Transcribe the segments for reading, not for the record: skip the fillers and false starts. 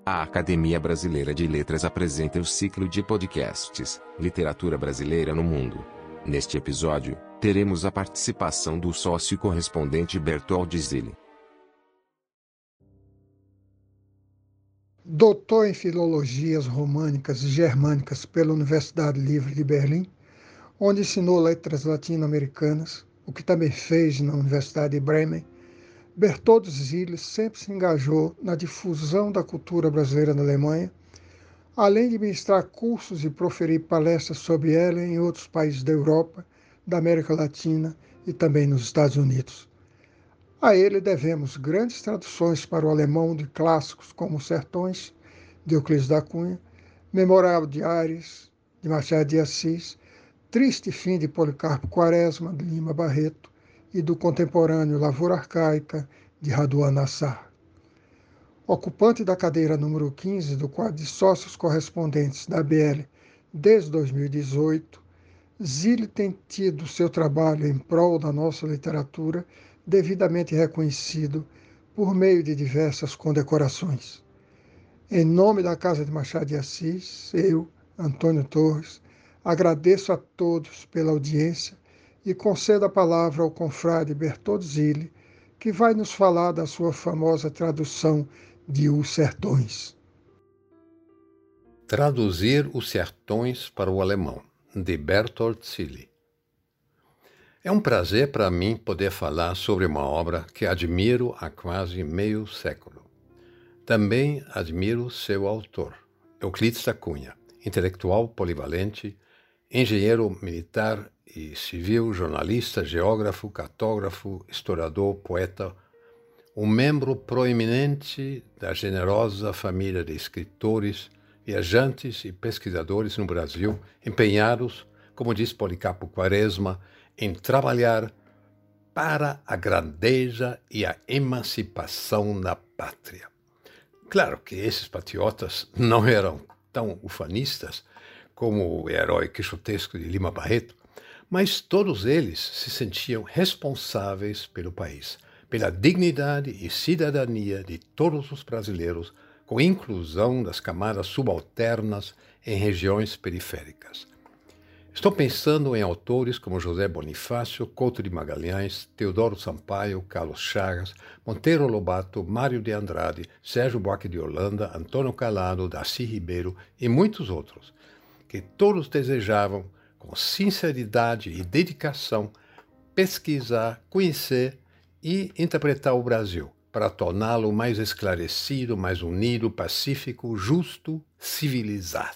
A Academia Brasileira de Letras apresenta o ciclo de podcasts Literatura Brasileira no Mundo. Neste episódio, teremos a participação do sócio correspondente Bertold Zilli. Doutor em Filologias Românicas e Germânicas pela Universidade Livre de Berlim, onde ensinou letras latino-americanas, o que também fez na Universidade de Bremen, Bertold Zilli sempre se engajou na difusão da cultura brasileira na Alemanha, além de ministrar cursos e proferir palestras sobre ela em outros países da Europa, da América Latina e também nos Estados Unidos. A ele devemos grandes traduções para o alemão de clássicos como Sertões, de Euclides da Cunha, Memorável de Ares, de Machado de Assis, Triste Fim de Policarpo Quaresma, de Lima Barreto, e do contemporâneo Lavoura Arcaica, de Raduan Nassar. Ocupante da cadeira número 15 do quadro de sócios correspondentes da ABL desde 2018, Zilli tem tido seu trabalho em prol da nossa literatura devidamente reconhecido por meio de diversas condecorações. Em nome da Casa de Machado de Assis, eu, Antônio Torres, agradeço a todos pela audiência e concedo a palavra ao confrade Bertold Zilli, que vai nos falar da sua famosa tradução de Os Sertões. Traduzir Os Sertões para o alemão, de Bertold Zilli. É um prazer para mim poder falar sobre uma obra que admiro há quase meio século. Também admiro seu autor, Euclides da Cunha, intelectual polivalente, engenheiro militar e civil, jornalista, geógrafo, cartógrafo, historiador, poeta, um membro proeminente da generosa família de escritores, viajantes e pesquisadores no Brasil, empenhados, como diz Policarpo Quaresma, em trabalhar para a grandeza e a emancipação da pátria. Claro que esses patriotas não eram tão ufanistas como o herói quixotesco de Lima Barreto, mas todos eles se sentiam responsáveis pelo país, pela dignidade e cidadania de todos os brasileiros, com inclusão das camadas subalternas em regiões periféricas. Estou pensando em autores como José Bonifácio, Couto de Magalhães, Teodoro Sampaio, Carlos Chagas, Monteiro Lobato, Mário de Andrade, Sérgio Buarque de Holanda, Antônio Calado, Darcy Ribeiro e muitos outros, que todos desejavam, com sinceridade e dedicação, pesquisar, conhecer e interpretar o Brasil, para torná-lo mais esclarecido, mais unido, pacífico, justo, civilizado.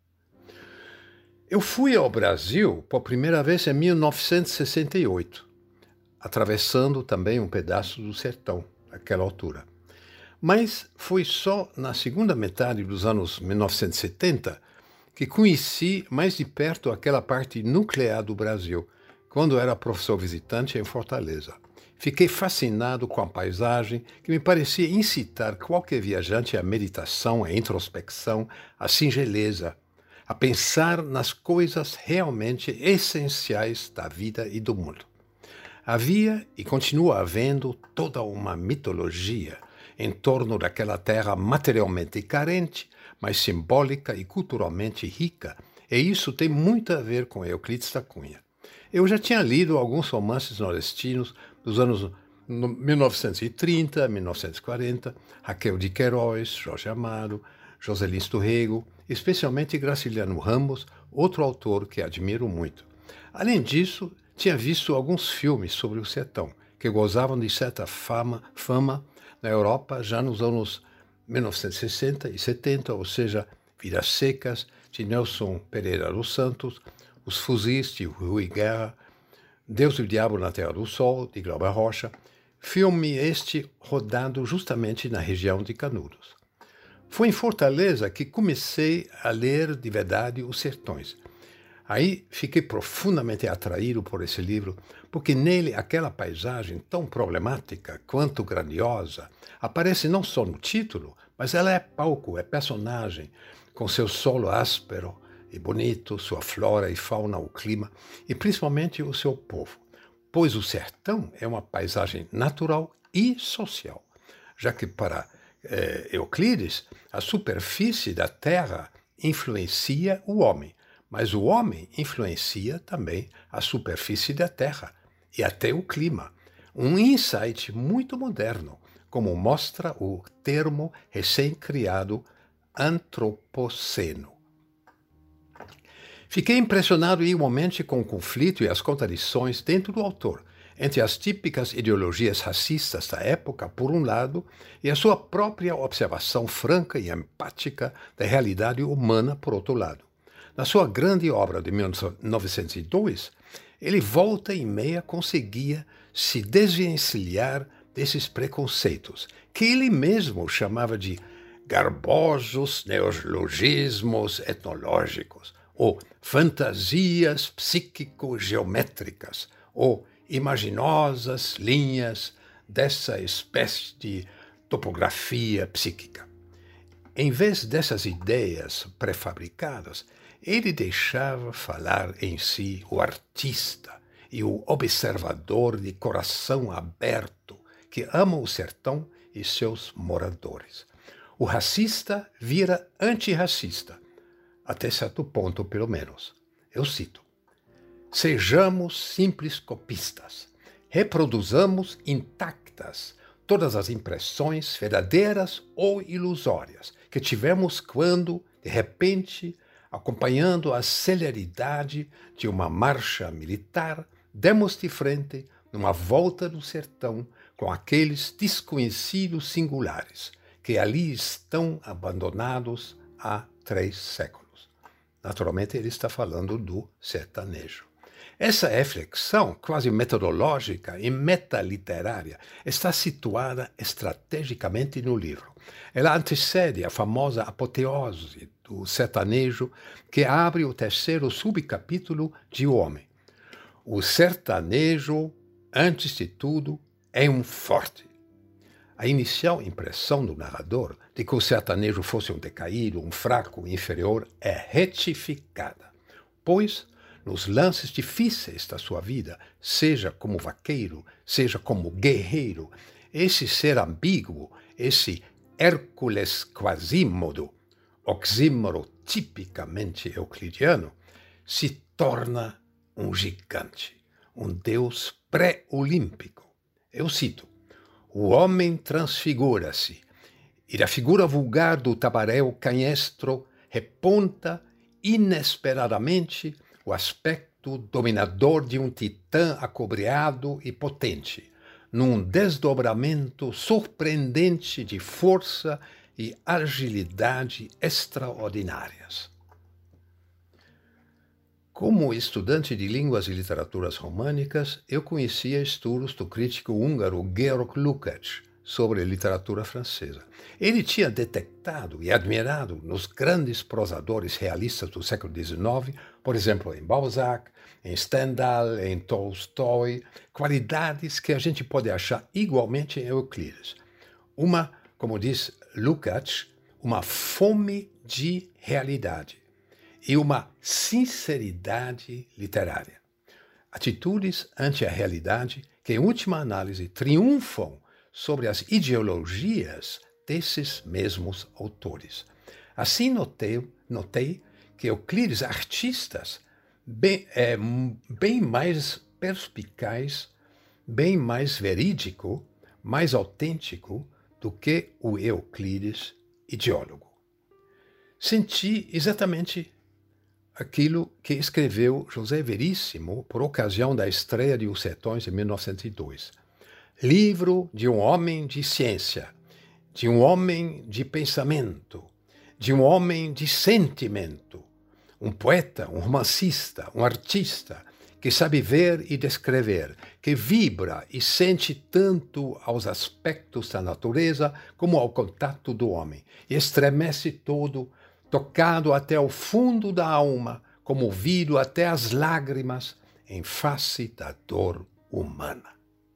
Eu fui ao Brasil por primeira vez em 1968, atravessando também um pedaço do sertão, naquela altura. Mas foi só na segunda metade dos anos 1970 que conheci mais de perto aquela parte nuclear do Brasil, quando era professor visitante em Fortaleza. Fiquei fascinado com a paisagem que me parecia incitar qualquer viajante à meditação, à introspecção, à singeleza, a pensar nas coisas realmente essenciais da vida e do mundo. Havia e continua havendo toda uma mitologia em torno daquela terra materialmente carente, mas simbólica e culturalmente rica, e isso tem muito a ver com Euclides da Cunha. Eu já tinha lido alguns romances nordestinos dos anos 1930, 1940, Raquel de Queiroz, Jorge Amado, Joselins Torrego, especialmente Graciliano Ramos, outro autor que admiro muito. Além disso, tinha visto alguns filmes sobre o sertão, que gozavam de certa fama na Europa já nos anos 1960 e 70, ou seja, Vidas Secas, de Nelson Pereira dos Santos, Os Fuzis, de Rui Guerra, Deus e o Diabo na Terra do Sol, de Glauber Rocha, filme este rodado justamente na região de Canudos. Foi em Fortaleza que comecei a ler de verdade Os Sertões. Aí fiquei profundamente atraído por esse livro, porque nele aquela paisagem tão problemática quanto grandiosa aparece não só no título, mas ela é palco, é personagem, com seu solo áspero e bonito, sua flora e fauna, o clima e principalmente o seu povo. Pois o sertão é uma paisagem natural e social, já que para Euclides A superfície da Terra influencia o homem, mas o homem influencia também a superfície da Terra e até o clima. Um insight muito moderno, como mostra o termo recém-criado antropoceno. Fiquei impressionado igualmente com o conflito e as contradições dentro do autor, entre as típicas ideologias racistas da época, por um lado, e a sua própria observação franca e empática da realidade humana, por outro lado. Na sua grande obra de 1902, ele volta e meia conseguia se desvencilhar desses preconceitos, que ele mesmo chamava de garbosos neologismos etnológicos, ou fantasias psíquico-geométricas, ou imaginosas linhas dessa espécie de topografia psíquica. Em vez dessas ideias pré-fabricadas, ele deixava falar em si o artista e o observador de coração aberto que ama o sertão e seus moradores. O racista vira antirracista, até certo ponto, pelo menos. Eu cito: sejamos simples copistas, reproduzamos intactas todas as impressões verdadeiras ou ilusórias que tivemos quando, de repente, acompanhando a celeridade de uma marcha militar, demos de frente numa volta do sertão com aqueles desconhecidos singulares que ali estão abandonados há 3 séculos. Naturalmente, ele está falando do sertanejo. Essa reflexão, quase metodológica e metaliterária, está situada estrategicamente no livro. Ela antecede a famosa apoteose do sertanejo que abre o 3º subcapítulo de O Homem. O sertanejo, antes de tudo, é um forte. A inicial impressão do narrador de que o sertanejo fosse um decaído, um fraco, inferior, é retificada, pois, nos lances difíceis da sua vida, seja como vaqueiro, seja como guerreiro, esse ser ambíguo, esse Hércules Quasímodo, oxímoro tipicamente euclidiano, se torna um gigante, um deus pré-olímpico. Eu cito: o homem transfigura-se, e da figura vulgar do tabaréu canhestro reponta inesperadamente o aspecto dominador de um titã acobreado e potente, num desdobramento surpreendente de força e agilidade extraordinárias. Como estudante de línguas e literaturas românicas, eu conhecia estudos do crítico húngaro Georg Lukács sobre literatura francesa. Ele tinha detectado e admirado nos grandes prosadores realistas do século XIX, por exemplo, em Balzac, em Stendhal, em Tolstói, qualidades que a gente pode achar igualmente em Euclides. Uma, como diz Lukács, uma fome de realidade e uma sinceridade literária. Atitudes ante a realidade que, em última análise, triunfam sobre as ideologias desses mesmos autores. Assim notei que Euclides, artistas, bem mais perspicaz, bem mais verídico, mais autêntico do que o Euclides ideólogo. Senti exatamente aquilo que escreveu José Veríssimo por ocasião da estreia de Os Sertões em 1902. Livro de um homem de ciência, de um homem de pensamento, de um homem de sentimento, um poeta, um romancista, um artista que sabe ver e descrever, que vibra e sente tanto aos aspectos da natureza como ao contato do homem, e estremece todo, tocado até o fundo da alma, comovido até as lágrimas em face da dor humana.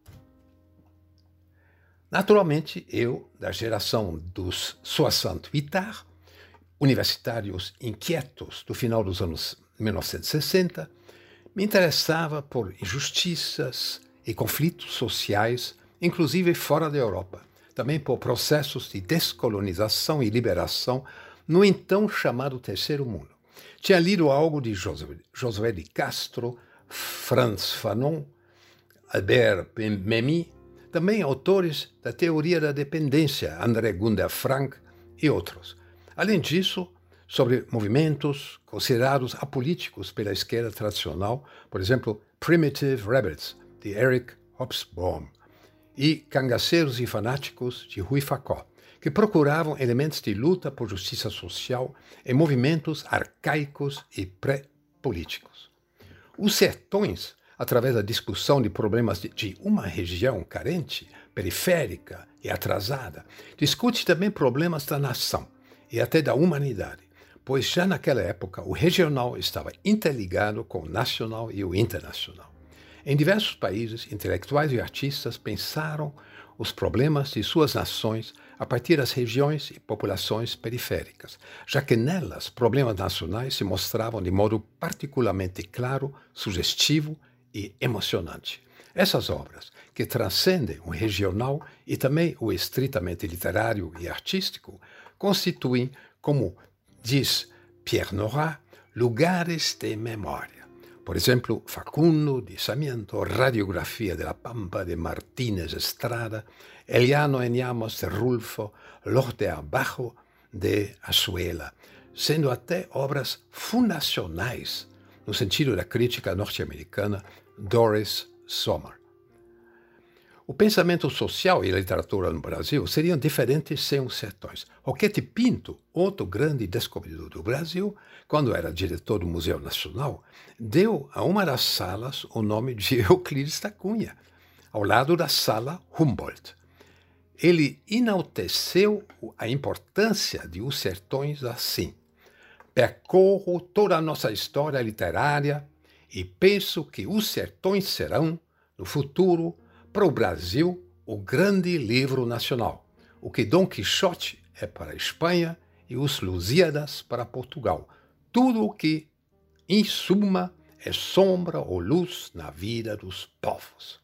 Naturalmente, eu, da geração dos 68, universitários inquietos do final dos anos 1960, me interessava por injustiças e conflitos sociais, inclusive fora da Europa, também por processos de descolonização e liberação no então chamado Terceiro Mundo. Tinha lido algo de Josué de Castro, Frantz Fanon, Albert Memmi, também autores da teoria da dependência, André Gunder Frank e outros. Além disso, sobre movimentos considerados apolíticos pela esquerda tradicional, por exemplo, Primitive Rebels, de Eric Hobsbawm, e Cangaceiros e Fanáticos, de Rui Facó, que procuravam elementos de luta por justiça social em movimentos arcaicos e pré-políticos. Os sertões, através da discussão de problemas de uma região carente, periférica e atrasada, discute também problemas da nação e até da humanidade, pois já naquela época o regional estava interligado com o nacional e o internacional. Em diversos países, intelectuais e artistas pensaram os problemas de suas nações a partir das regiões e populações periféricas, já que nelas problemas nacionais se mostravam de modo particularmente claro, sugestivo e emocionante. Essas obras, que transcendem o regional e também o estritamente literário e artístico, constituem, como diz Pierre Nora, lugares de memória. Por exemplo, Facundo de Sarmiento, Radiografía de la Pampa de Martínez Estrada, Eliano en Llamas de Rulfo, Los de Abajo de Azuela, sendo até obras fundacionais, no sentido da crítica norte-americana Doris Sommer. O pensamento social e a literatura no Brasil seriam diferentes sem os sertões. Roquete Pinto, outro grande descobridor do Brasil, quando era diretor do Museu Nacional, deu a uma das salas o nome de Euclides da Cunha, ao lado da sala Humboldt. Ele enalteceu a importância de Os Sertões assim. Percorro toda a nossa história literária e penso que Os Sertões serão, no futuro, para o Brasil, o grande livro nacional, o que Dom Quixote é para a Espanha e os Lusíadas para Portugal. Tudo o que, em suma, é sombra ou luz na vida dos povos.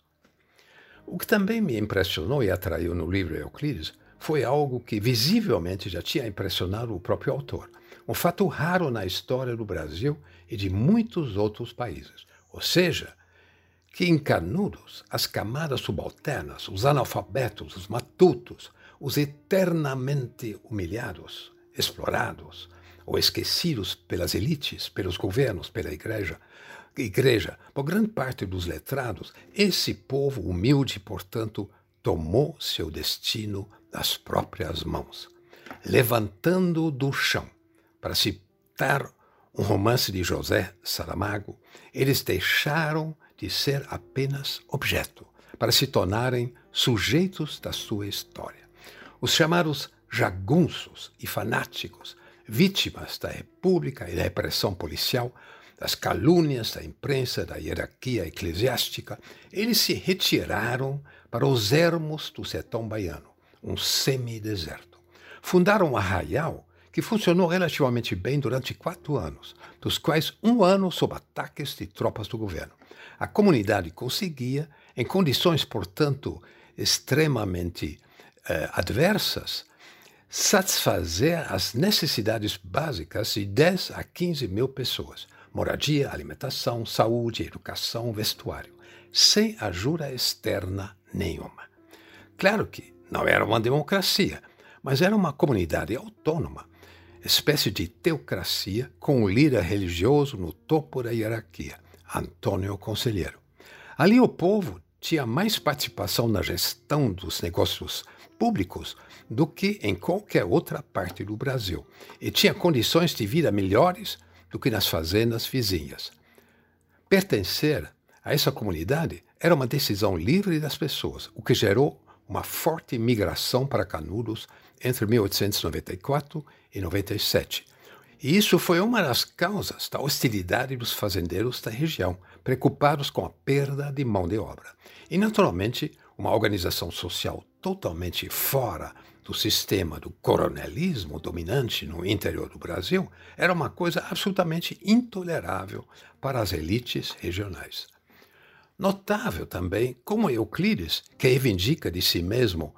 O que também me impressionou e atraiu no livro Euclides foi algo que visivelmente já tinha impressionado o próprio autor, um fato raro na história do Brasil e de muitos outros países, ou seja, que em Canudos, as camadas subalternas, os analfabetos, os matutos, os eternamente humilhados, explorados ou esquecidos pelas elites, pelos governos, pela igreja, por grande parte dos letrados, esse povo humilde, portanto, tomou seu destino nas próprias mãos, levantando do chão. Para citar um romance de José Saramago, eles deixaram de ser apenas objeto, para se tornarem sujeitos da sua história. Os chamados jagunços e fanáticos, vítimas da República e da repressão policial, das calúnias da imprensa, da hierarquia eclesiástica, eles se retiraram para os ermos do sertão baiano, um semideserto. Fundaram um arraial que funcionou relativamente bem durante 4 anos, dos quais 1 ano sob ataques de tropas do governo. A comunidade conseguia, em condições, portanto, extremamente adversas, satisfazer as necessidades básicas de 10 a 15 mil pessoas. Moradia, alimentação, saúde, educação, vestuário, sem ajuda externa nenhuma. Claro que não era uma democracia, mas era uma comunidade autônoma, espécie de teocracia com um líder religioso no topo da hierarquia, Antônio Conselheiro. Ali o povo tinha mais participação na gestão dos negócios públicos do que em qualquer outra parte do Brasil e tinha condições de vida melhores do que nas fazendas vizinhas. Pertencer a essa comunidade era uma decisão livre das pessoas, o que gerou uma forte migração para Canudos entre 1894 e 97. E isso foi uma das causas da hostilidade dos fazendeiros da região, preocupados com a perda de mão de obra. E, naturalmente, uma organização social totalmente fora do sistema do coronelismo dominante no interior do Brasil era uma coisa absolutamente intolerável para as elites regionais. Notável também como Euclides, que reivindica de si mesmo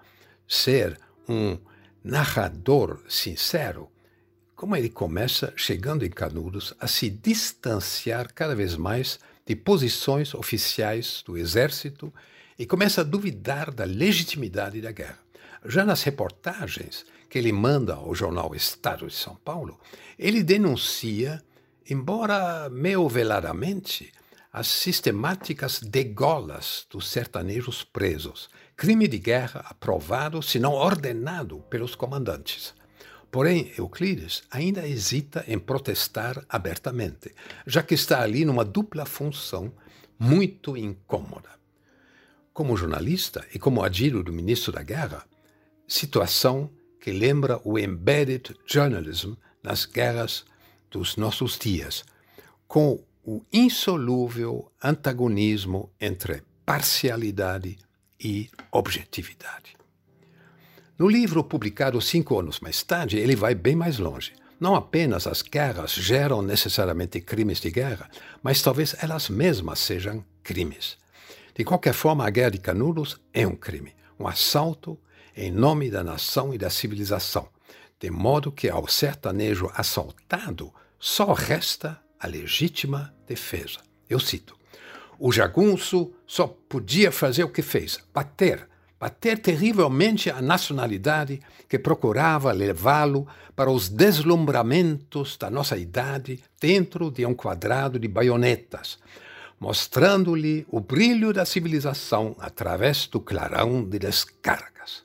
ser um narrador sincero, como ele começa, chegando em Canudos, a se distanciar cada vez mais de posições oficiais do exército e começa a duvidar da legitimidade da guerra. Já nas reportagens que ele manda ao jornal Estado de São Paulo, ele denuncia, embora meio veladamente, as sistemáticas degolas dos sertanejos presos, crime de guerra aprovado, se não ordenado pelos comandantes. Porém, Euclides ainda hesita em protestar abertamente, já que está ali numa dupla função muito incômoda. Como jornalista e como adjunto do ministro da Guerra, situação que lembra o embedded journalism nas guerras dos nossos dias, com o insolúvel antagonismo entre parcialidade e objetividade. No livro publicado 5 anos mais tarde, ele vai bem mais longe. Não apenas as guerras geram necessariamente crimes de guerra, mas talvez elas mesmas sejam crimes. De qualquer forma, a Guerra de Canudos é um crime, um assalto em nome da nação e da civilização, de modo que ao sertanejo assaltado só resta a legítima defesa. Eu cito: o jagunço só podia fazer o que fez, bater terrivelmente a nacionalidade que procurava levá-lo para os deslumbramentos da nossa idade dentro de um quadrado de baionetas, mostrando-lhe o brilho da civilização através do clarão de descargas.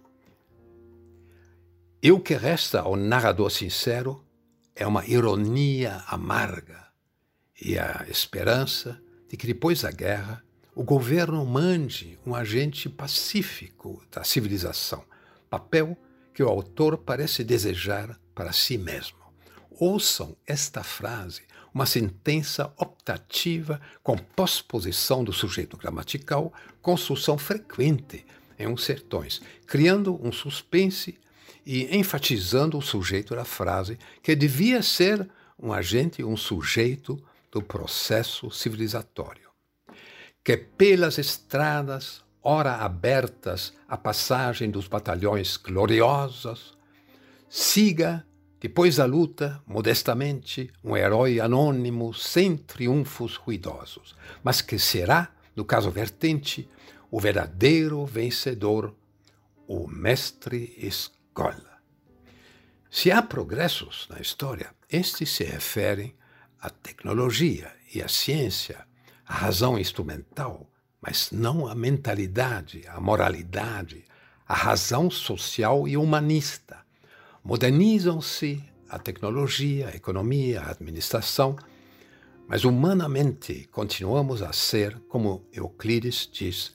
E o que resta ao narrador sincero é uma ironia amarga e a esperança de que depois da guerra o governo mande um agente pacífico da civilização, papel que o autor parece desejar para si mesmo. Ouçam esta frase, uma sentença optativa com posposição do sujeito gramatical, construção frequente em uns sertões, criando um suspense e enfatizando o sujeito da frase, que devia ser um agente, um sujeito do processo civilizatório. Que pelas estradas, ora abertas à passagem dos batalhões gloriosos, siga, depois da luta, modestamente, um herói anônimo, sem triunfos ruidosos, mas que será, no caso vertente, o verdadeiro vencedor, o mestre escola. Se há progressos na história, estes se referem à tecnologia e à ciência, a razão instrumental, mas não a mentalidade, a moralidade, a razão social e humanista. Modernizam-se a tecnologia, a economia, a administração, mas humanamente continuamos a ser, como Euclides diz,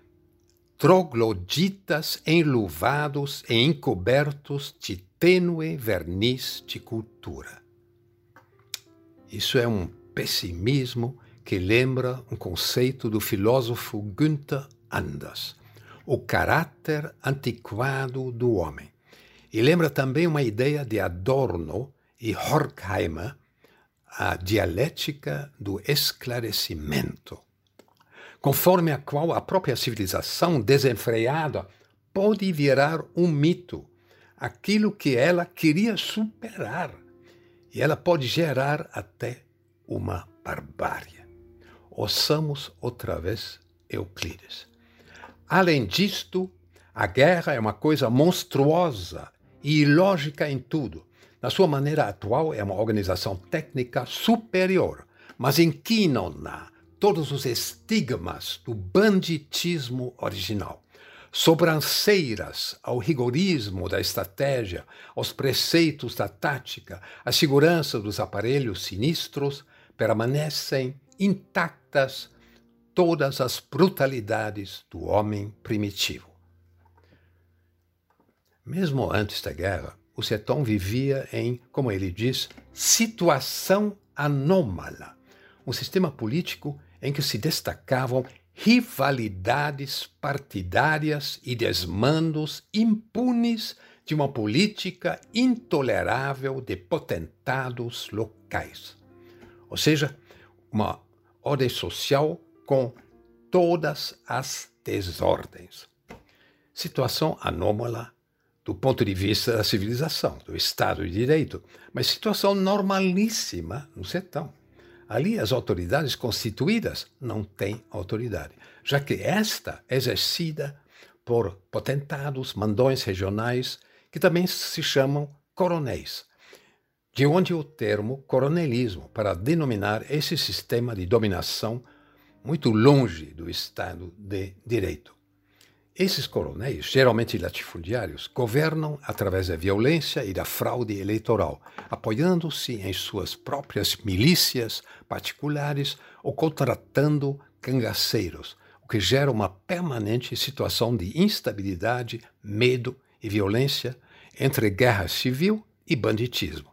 trogloditas enluvados e encobertos de tênue verniz de cultura. Isso é um pessimismo que lembra um conceito do filósofo Günther Anders, o caráter antiquado do homem. E lembra também uma ideia de Adorno e Horkheimer, a dialética do esclarecimento, conforme a qual a própria civilização desenfreada pode virar um mito, aquilo que ela queria superar, e ela pode gerar até uma barbárie. Ouçamos outra vez Euclides. Além disto, a guerra é uma coisa monstruosa e ilógica em tudo. Na sua maneira atual, é uma organização técnica superior, mas em que não há todos os estigmas do banditismo original. Sobranceiras ao rigorismo da estratégia, aos preceitos da tática, à segurança dos aparelhos sinistros, permanecem intactas todas as brutalidades do homem primitivo. Mesmo antes da guerra, o sertão vivia em, como ele diz, situação anômala, um sistema político em que se destacavam rivalidades partidárias e desmandos impunes de uma política intolerável de potentados locais. Ou seja, uma ordem social com todas as desordens. situação anômala do ponto de vista da civilização, do Estado de Direito, mas situação normalíssima no sertão. Ali as autoridades constituídas não têm autoridade, já que esta é exercida por potentados, mandões regionais, que também se chamam coronéis, de onde o termo coronelismo, para denominar esse sistema de dominação muito longe do Estado de Direito. Esses coronéis, geralmente latifundiários, governam através da violência e da fraude eleitoral, apoiando-se em suas próprias milícias particulares ou contratando cangaceiros, o que gera uma permanente situação de instabilidade, medo e violência entre guerra civil e banditismo.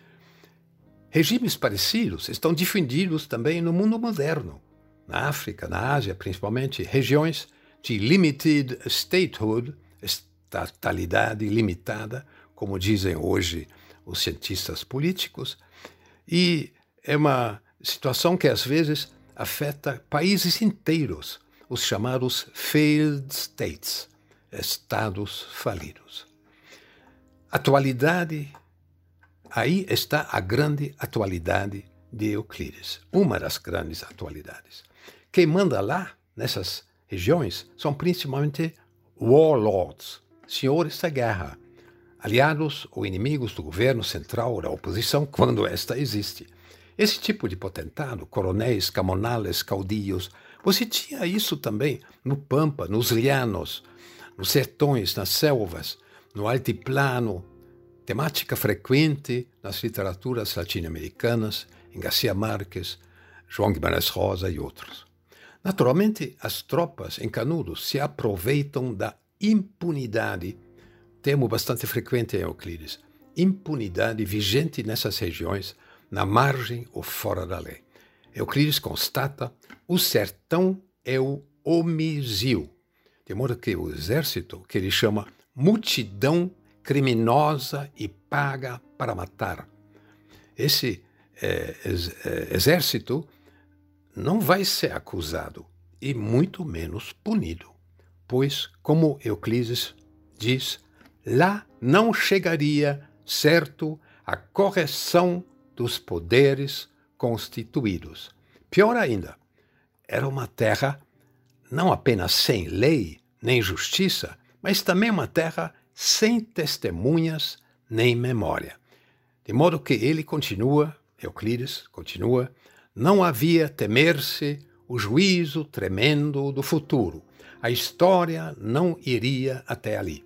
Regimes parecidos estão difundidos também no mundo moderno, na África, na Ásia, principalmente, regiões de limited statehood, estatalidade limitada, como dizem hoje os cientistas políticos, e é uma situação que às vezes afeta países inteiros, os chamados failed states, estados falidos. Atualidade, aí está a grande atualidade de Euclides, uma das grandes atualidades. Quem manda lá, nessas regiões, são principalmente warlords, senhores da guerra, aliados ou inimigos do governo central ou da oposição, quando esta existe. Esse tipo de potentado, coronéis, camonales, caudillos, você tinha isso também no Pampa, nos llanos, nos sertões, nas selvas, no altiplano, temática frequente nas literaturas latino-americanas, em Garcia Marques, João Guimarães Rosa e outros. Naturalmente, as tropas em Canudos se aproveitam da impunidade, termo bastante frequente em Euclides, impunidade vigente nessas regiões, na margem ou fora da lei. Euclides constata: o sertão é o homizio, de modo que o exército, que ele chama multidão criminosa e paga para matar, esse exército não vai ser acusado e muito menos punido, pois, como Euclides diz, lá não chegaria, certo, a correção dos poderes constituídos. Pior ainda, era uma terra não apenas sem lei nem justiça, mas também uma terra sem testemunhas nem memória. De modo que ele continua, Euclides continua, não havia temer-se o juízo tremendo do futuro. A história não iria até ali.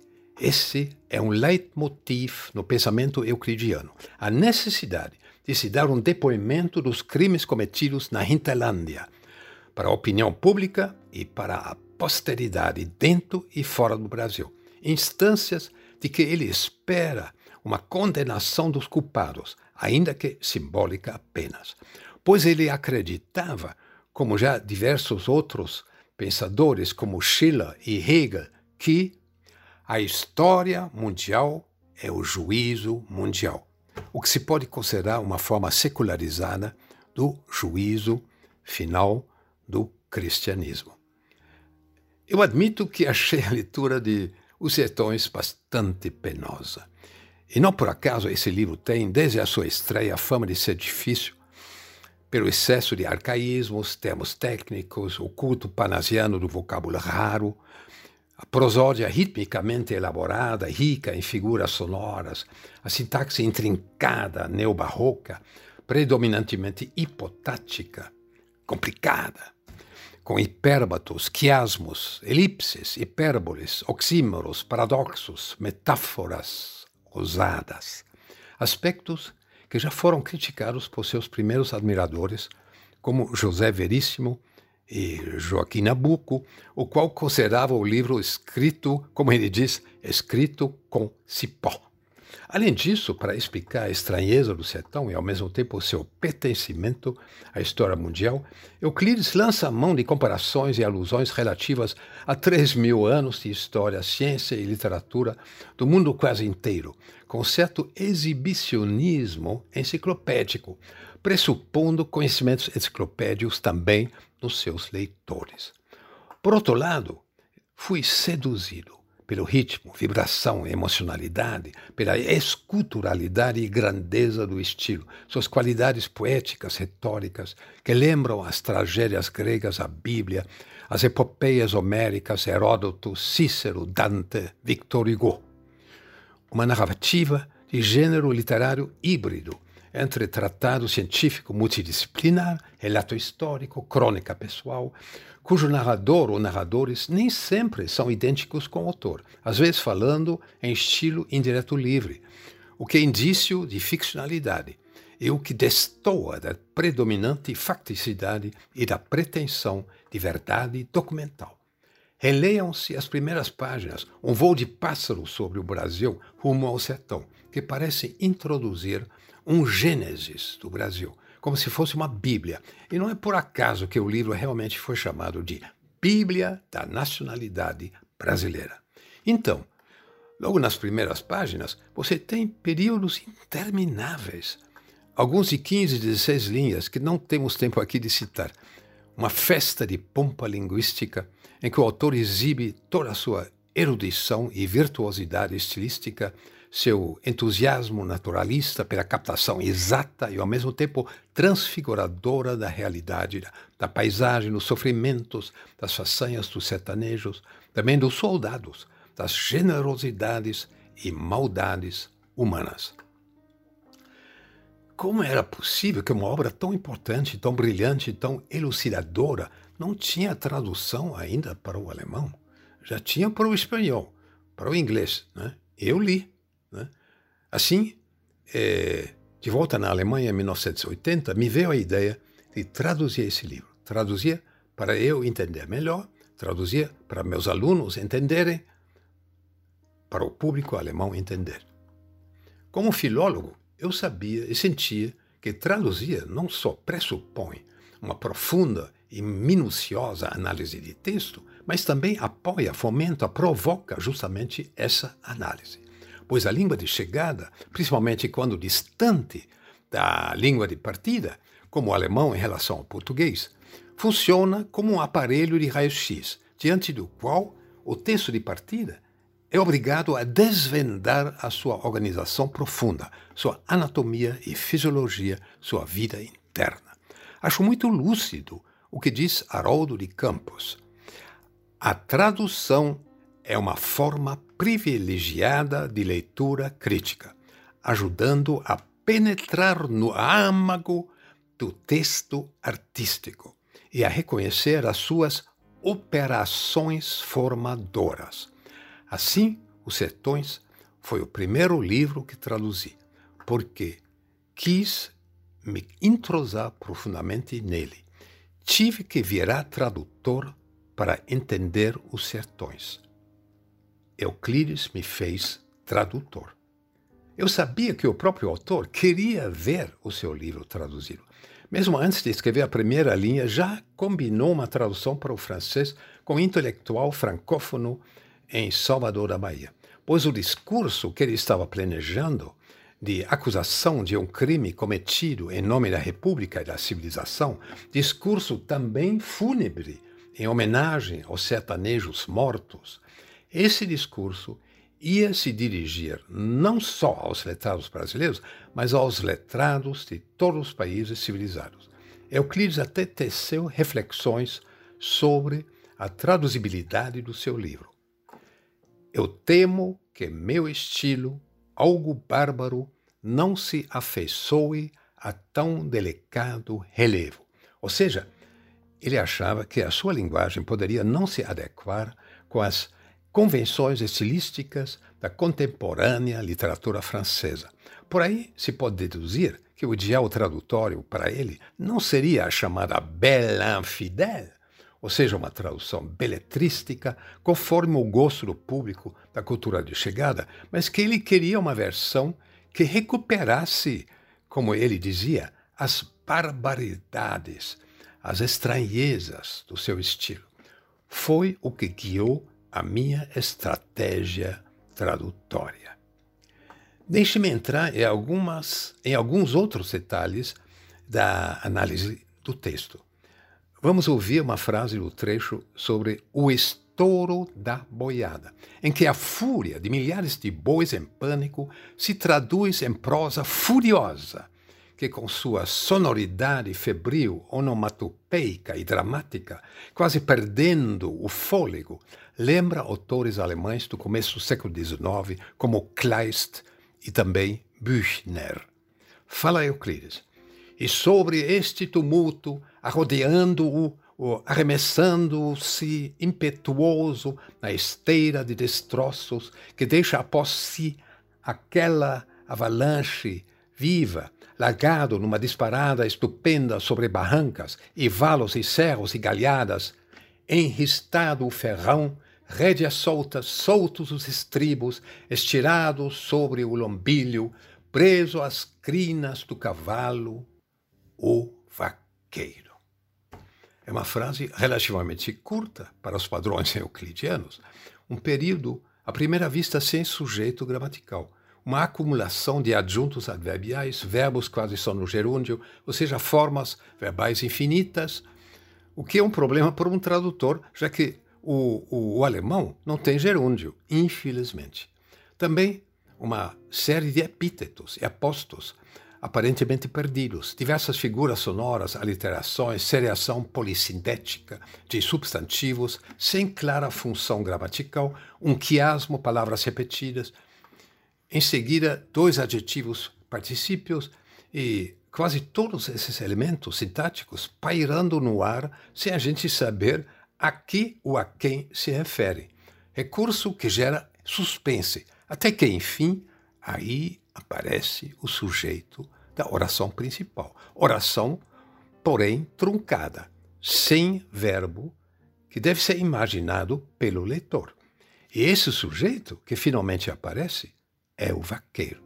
Esse é um leitmotiv no pensamento euclidiano. A necessidade de se dar um depoimento dos crimes cometidos na Hinterlândia, para a opinião pública e para a posteridade dentro e fora do Brasil. Instâncias de que ele espera uma condenação dos culpados, ainda que simbólica apenas. Pois ele acreditava, como já diversos outros pensadores como Schiller e Hegel, que a história mundial é o juízo mundial, o que se pode considerar uma forma secularizada do juízo final do cristianismo. Eu admito que achei a leitura de Os Sertões bastante penosa. E não por acaso esse livro tem, desde a sua estreia, a fama de ser difícil, pelo excesso de arcaísmos, termos técnicos, o culto panasiano do vocábulo raro, a prosódia ritmicamente elaborada, rica em figuras sonoras, a sintaxe intrincada, neobarroca, predominantemente hipotática, complicada, com hipérbatos, quiasmos, elipses, hipérboles, oxímoros, paradoxos, metáforas ousadas, aspectos que já foram criticados por seus primeiros admiradores, como José Veríssimo e Joaquim Nabuco, o qual considerava o livro escrito, como ele diz, escrito com cipó. Além disso, para explicar a estranheza do sertão e, ao mesmo tempo, o seu pertencimento à história mundial, Euclides lança a mão de comparações e alusões relativas a 3.000 anos de história, ciência e literatura do mundo quase inteiro, com certo exibicionismo enciclopédico, pressupondo conhecimentos enciclopédicos também nos seus leitores. Por outro lado, fui seduzido pelo ritmo, vibração, emocionalidade, pela esculturalidade e grandeza do estilo, suas qualidades poéticas, retóricas, que lembram as tragédias gregas, a Bíblia, as epopeias homéricas, Heródoto, Cícero, Dante, Victor Hugo. Uma narrativa de gênero literário híbrido, entre tratado científico multidisciplinar, relato histórico, crônica pessoal, cujo narrador ou narradores nem sempre são idênticos com o autor, às vezes falando em estilo indireto livre, o que é indício de ficcionalidade e o que destoa da predominante facticidade e da pretensão de verdade documental. Releiam-se as primeiras páginas, um voo de pássaro sobre o Brasil rumo ao sertão, que parece introduzir um gênesis do Brasil, como se fosse uma Bíblia. E não é por acaso que o livro realmente foi chamado de Bíblia da Nacionalidade Brasileira. Então, logo nas primeiras páginas, você tem períodos intermináveis, alguns de 15, 16 linhas, que não temos tempo aqui de citar. Uma festa de pompa linguística em que o autor exibe toda a sua erudição e virtuosidade estilística, seu entusiasmo naturalista pela captação exata e, ao mesmo tempo, transfiguradora da realidade, da paisagem, dos sofrimentos, das façanhas dos sertanejos, também dos soldados, das generosidades e maldades humanas. Como era possível que uma obra tão importante, tão brilhante, tão elucidadora não tinha tradução ainda para o alemão? Já tinha para o espanhol, para o inglês, né? Eu li. Né? Assim, de volta na Alemanha em 1980, me veio a ideia de traduzir esse livro. Traduzir para eu entender melhor, traduzir para meus alunos entenderem, para o público alemão entender. Como filólogo, eu sabia e sentia que traduzir não só pressupõe uma profunda e minuciosa análise de texto, mas também apoia, fomenta, provoca justamente essa análise. Pois a língua de chegada, principalmente quando distante da língua de partida, como o alemão em relação ao português, funciona como um aparelho de raio-x, diante do qual o texto de partida é obrigado a desvendar a sua organização profunda, sua anatomia e fisiologia, sua vida interna. Acho muito lúcido o que diz Haroldo de Campos. A tradução é uma forma privilegiada de leitura crítica, ajudando a penetrar no âmago do texto artístico e a reconhecer as suas operações formadoras. Assim, Os Sertões foi o primeiro livro que traduzi, porque quis me entrosar profundamente nele. Tive que virar tradutor para entender Os Sertões. Euclides me fez tradutor. Eu sabia que o próprio autor queria ver o seu livro traduzido. Mesmo antes de escrever a primeira linha, já combinou uma tradução para o francês com um intelectual francófono em Salvador da Bahia, pois o discurso que ele estava planejando de acusação de um crime cometido em nome da República e da civilização, discurso também fúnebre em homenagem aos sertanejos mortos, esse discurso ia se dirigir não só aos letrados brasileiros, mas aos letrados de todos os países civilizados. Euclides até teceu reflexões sobre a traduzibilidade do seu livro. Eu temo que meu estilo, algo bárbaro, não se afeiçoe a tão delicado relevo. Ou seja, ele achava que a sua linguagem poderia não se adequar com as convenções estilísticas da contemporânea literatura francesa. Por aí se pode deduzir que o ideal tradutório para ele não seria a chamada Belle Infidèle, ou seja, uma tradução beletrística conforme o gosto do público da cultura de chegada, mas que ele queria uma versão que recuperasse, como ele dizia, as barbaridades, as estranhezas do seu estilo. Foi o que guiou a minha estratégia tradutória. Deixe-me entrar em alguns outros detalhes da análise do texto. Vamos ouvir uma frase do trecho sobre o Touro da Boiada, em que a fúria de milhares de bois em pânico se traduz em prosa furiosa, que com sua sonoridade febril, onomatopeica e dramática, quase perdendo o fôlego, lembra autores alemães do começo do século XIX, como Kleist e também Büchner. Fala Euclides. E sobre este tumulto, arrodeando-o, arremessando-se impetuoso na esteira de destroços que deixa após si aquela avalanche viva, largado numa disparada estupenda sobre barrancas e valos e cerros e galhadas, enristado o ferrão, rédeas soltas, soltos os estribos, estirados sobre o lombilho, preso às crinas do cavalo, o vaqueiro. É uma frase relativamente curta para os padrões euclidianos, um período, à primeira vista, sem sujeito gramatical, uma acumulação de adjuntos adverbiais, verbos quase só no gerúndio, ou seja, formas verbais infinitas, o que é um problema para um tradutor, já que o alemão não tem gerúndio, infelizmente. Também uma série de epítetos e apostos aparentemente perdidos, diversas figuras sonoras, aliterações, seriação polissintética de substantivos sem clara função gramatical, um quiasmo, palavras repetidas, em seguida 2 adjetivos particípios e quase todos esses elementos sintáticos pairando no ar sem a gente saber a que ou a quem se refere. Recurso que gera suspense, até que, enfim, aí aparece o sujeito da oração principal. Oração, porém, truncada, sem verbo, que deve ser imaginado pelo leitor. E esse sujeito que finalmente aparece é o vaqueiro.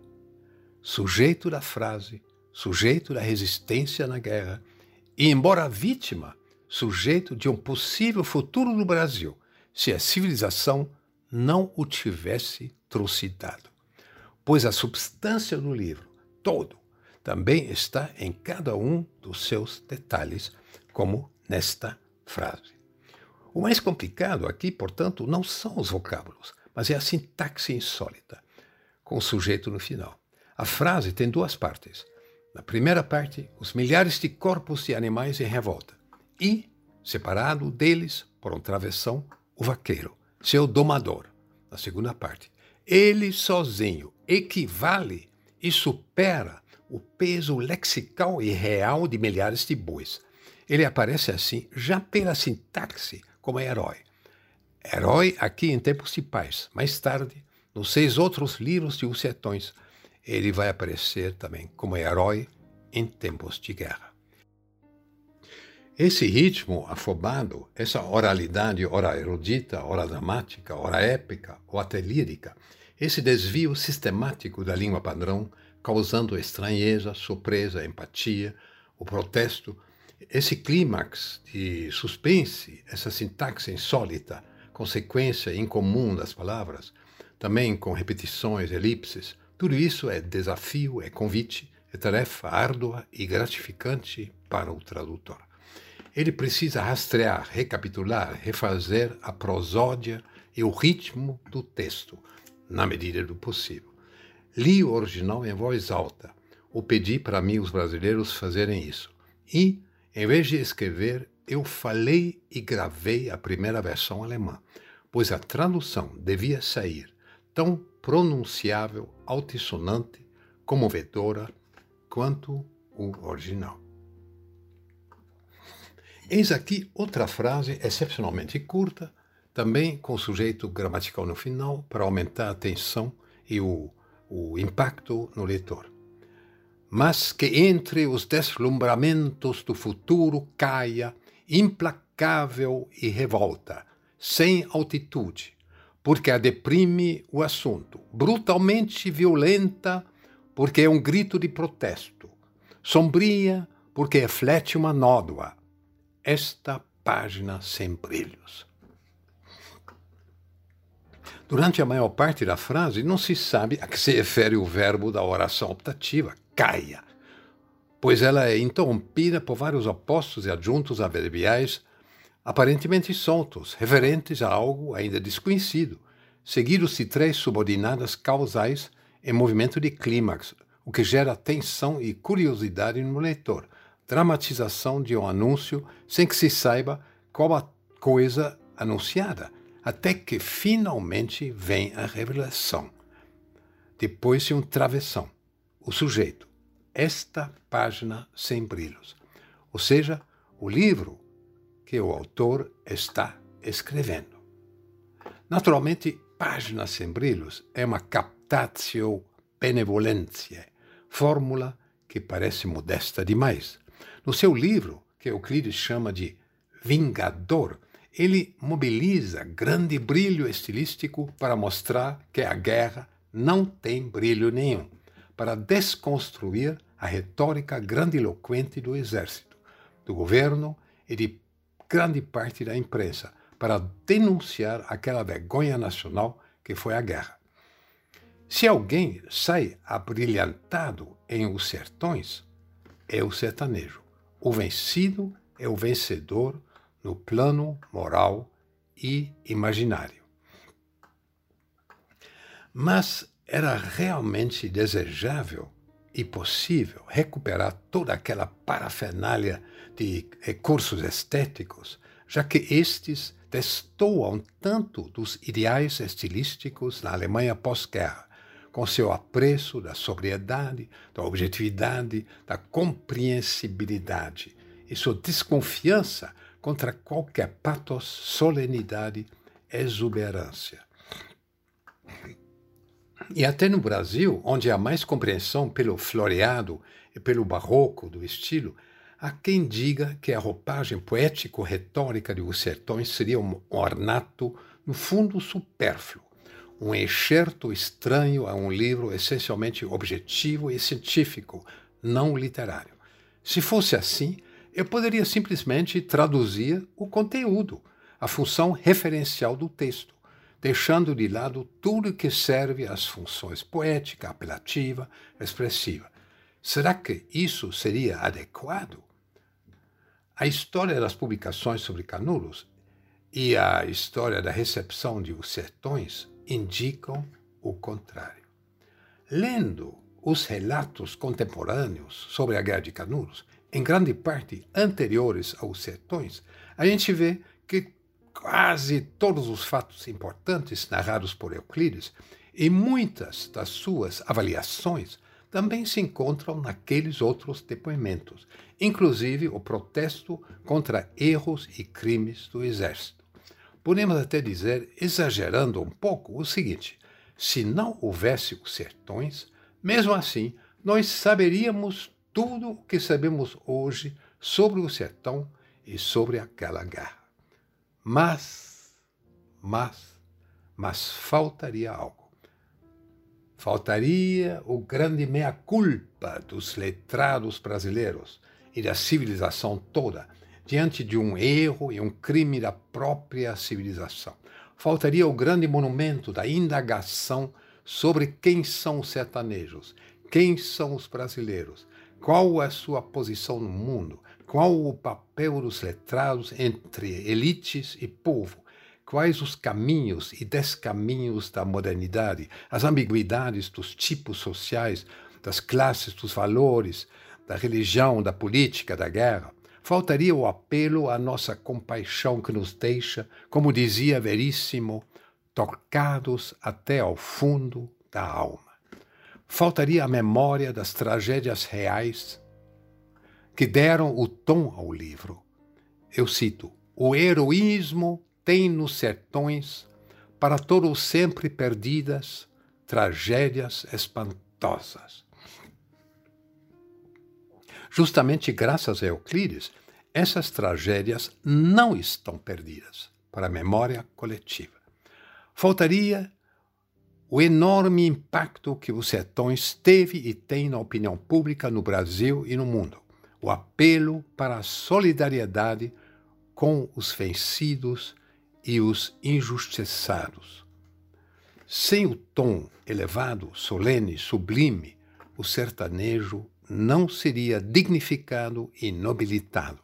Sujeito da frase, sujeito da resistência na guerra, e, embora vítima, sujeito de um possível futuro no Brasil, se a civilização não o tivesse trucidado. Pois a substância do livro, todo, também está em cada um dos seus detalhes, como nesta frase. O mais complicado aqui, portanto, não são os vocábulos, mas é a sintaxe insólita, com o sujeito no final. A frase tem 2 partes. Na primeira parte, os milhares de corpos de animais em revolta. E, separado deles, por um travessão, o vaqueiro, seu domador. Na segunda parte, ele sozinho equivale e supera o peso lexical e real de milhares de bois. Ele aparece assim, já pela sintaxe, como herói. Herói aqui em tempos de paz. Mais tarde, nos 6 outros livros de Os Sertões, ele vai aparecer também como herói em tempos de guerra. Esse ritmo afobado, essa oralidade, ora erudita, ora dramática, ora épica ou até lírica, esse desvio sistemático da língua padrão, causando estranheza, surpresa, empatia, o protesto, esse clímax de suspense, essa sintaxe insólita, consequência incomum das palavras, também com repetições, elipses, tudo isso é desafio, é convite, é tarefa árdua e gratificante para o tradutor. Ele precisa rastrear, recapitular, refazer a prosódia e o ritmo do texto, na medida do possível. Li o original em voz alta, ou pedi para amigos brasileiros fazerem isso. E, em vez de escrever, eu falei e gravei a primeira versão alemã, pois a tradução devia sair tão pronunciável, altissonante, comovedora, quanto o original. Eis aqui outra frase excepcionalmente curta, também com sujeito gramatical no final, para aumentar a tensão e o impacto no leitor. Mas que entre os deslumbramentos do futuro caia, implacável e revolta, sem altitude, porque a deprime o assunto, brutalmente violenta, porque é um grito de protesto, sombria, porque reflete uma nódoa. Esta página sem brilhos. Durante a maior parte da frase, não se sabe a que se refere o verbo da oração optativa, caia, pois ela é interrompida por vários opostos e adjuntos adverbiais, aparentemente soltos, referentes a algo ainda desconhecido, seguidos de três subordinadas causais em movimento de clímax, o que gera tensão e curiosidade no leitor, dramatização de um anúncio sem que se saiba qual a coisa anunciada, até que finalmente vem a revelação. Depois de um travessão, o sujeito, esta página sem brilhos, ou seja, o livro que o autor está escrevendo. Naturalmente, Páginas sem brilhos é uma captatio benevolentiae, fórmula que parece modesta demais. No seu livro, que Euclides chama de Vingador, ele mobiliza grande brilho estilístico para mostrar que a guerra não tem brilho nenhum, para desconstruir a retórica grandiloquente do exército, do governo e de grande parte da imprensa, para denunciar aquela vergonha nacional que foi a guerra. Se alguém sai abrilhantado em Os Sertões, é o sertanejo. O vencido é o vencedor no plano moral e imaginário. Mas era realmente desejável e possível recuperar toda aquela parafernália de recursos estéticos, já que estes destoam tanto dos ideais estilísticos na Alemanha pós-guerra, com seu apreço da sobriedade, da objetividade, da compreensibilidade e sua desconfiança contra qualquer pathos, solenidade, exuberância. E até no Brasil, onde há mais compreensão pelo floreado e pelo barroco do estilo, há quem diga que a roupagem poético-retórica de Os Sertões seria um ornato, no fundo, supérfluo, um excerto estranho a um livro essencialmente objetivo e científico, não literário. Se fosse assim, eu poderia simplesmente traduzir o conteúdo, a função referencial do texto, deixando de lado tudo que serve às funções poética, apelativa, expressiva. Será que isso seria adequado? A história das publicações sobre Canudos e a história da recepção de Os Sertões indicam o contrário. Lendo os relatos contemporâneos sobre a Guerra de Canudos, em grande parte anteriores aos Sertões, a gente vê que quase todos os fatos importantes narrados por Euclides e muitas das suas avaliações também se encontram naqueles outros depoimentos, inclusive o protesto contra erros e crimes do exército. Podemos até dizer, exagerando um pouco, o seguinte: se não houvesse Os Sertões, mesmo assim, nós saberíamos tudo o que sabemos hoje sobre o sertão e sobre aquela guerra. Mas faltaria algo. Faltaria o grande mea-culpa dos letrados brasileiros e da civilização toda, diante de um erro e um crime da própria civilização. Faltaria o grande monumento da indagação sobre quem são os sertanejos, quem são os brasileiros, qual a sua posição no mundo, qual o papel dos letrados entre elites e povo, quais os caminhos e descaminhos da modernidade, as ambiguidades dos tipos sociais, das classes, dos valores, da religião, da política, da guerra. Faltaria o apelo à nossa compaixão que nos deixa, como dizia Veríssimo, tocados até ao fundo da alma. Faltaria a memória das tragédias reais que deram o tom ao livro. Eu cito: o heroísmo tem nos sertões, para todo sempre perdidas, tragédias espantosas. Justamente graças a Euclides, essas tragédias não estão perdidas para a memória coletiva. Faltaria o enorme impacto que Os Sertões teve e tem na opinião pública no Brasil e no mundo. O apelo para a solidariedade com os vencidos e os injustiçados. Sem o tom elevado, solene, sublime, o sertanejo não seria dignificado e nobilitado.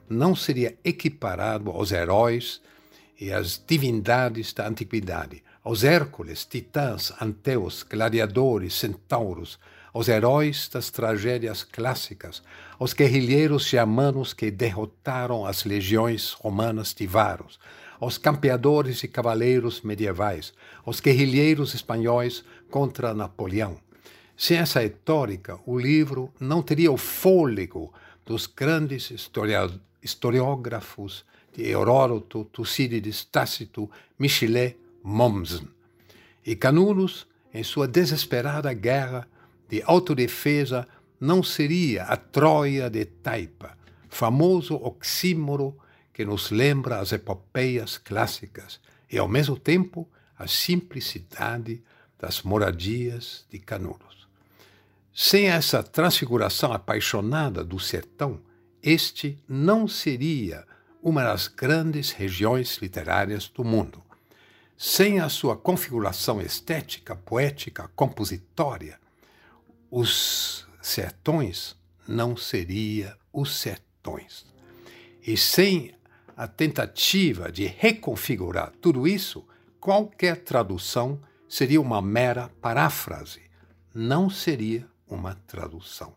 não seria equiparado aos heróis e às divindades da antiguidade, aos Hércules, titãs, anteus, gladiadores, centauros, aos heróis das tragédias clássicas, aos guerrilheiros germanos que derrotaram as legiões romanas de Varus, aos campeadores e cavaleiros medievais, aos guerrilheiros espanhóis contra Napoleão. Sem essa retórica, o livro não teria o fôlego dos grandes historiógrafos de Heródoto, Tucídides, Tácito, Michelet, Mommsen. E Canudos, em sua desesperada guerra de autodefesa, não seria a Troia de Taipa, famoso oxímoro que nos lembra as epopeias clássicas e, ao mesmo tempo, a simplicidade das moradias de Canudos. Sem essa transfiguração apaixonada do sertão, este não seria uma das grandes regiões literárias do mundo. Sem a sua configuração estética, poética, compositória, os sertões não seriam os sertões. E sem a tentativa de reconfigurar tudo isso, qualquer tradução seria uma mera paráfrase, não seria uma tradução.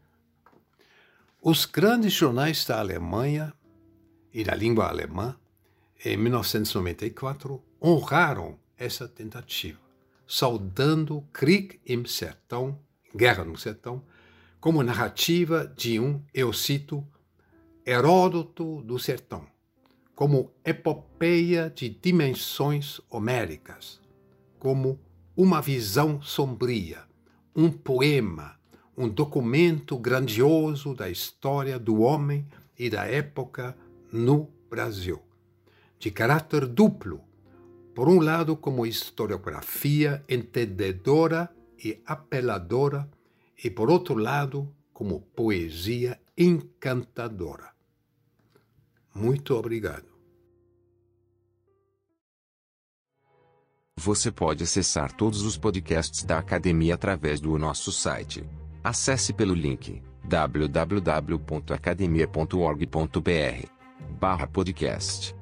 Os grandes jornais da Alemanha e da língua alemã, em 1994, honraram essa tentativa, saudando Krieg im Sertão, Guerra no Sertão, como narrativa de eu cito, Heródoto do Sertão, como epopeia de dimensões homéricas, como uma visão sombria, um poema, um documento grandioso da história do homem e da época no Brasil, de caráter duplo, por um lado como historiografia entendedora e apeladora, e por outro lado como poesia encantadora. Muito obrigado. Você pode acessar todos os podcasts da Academia através do nosso site. Acesse pelo link www.academia.org.br/podcast.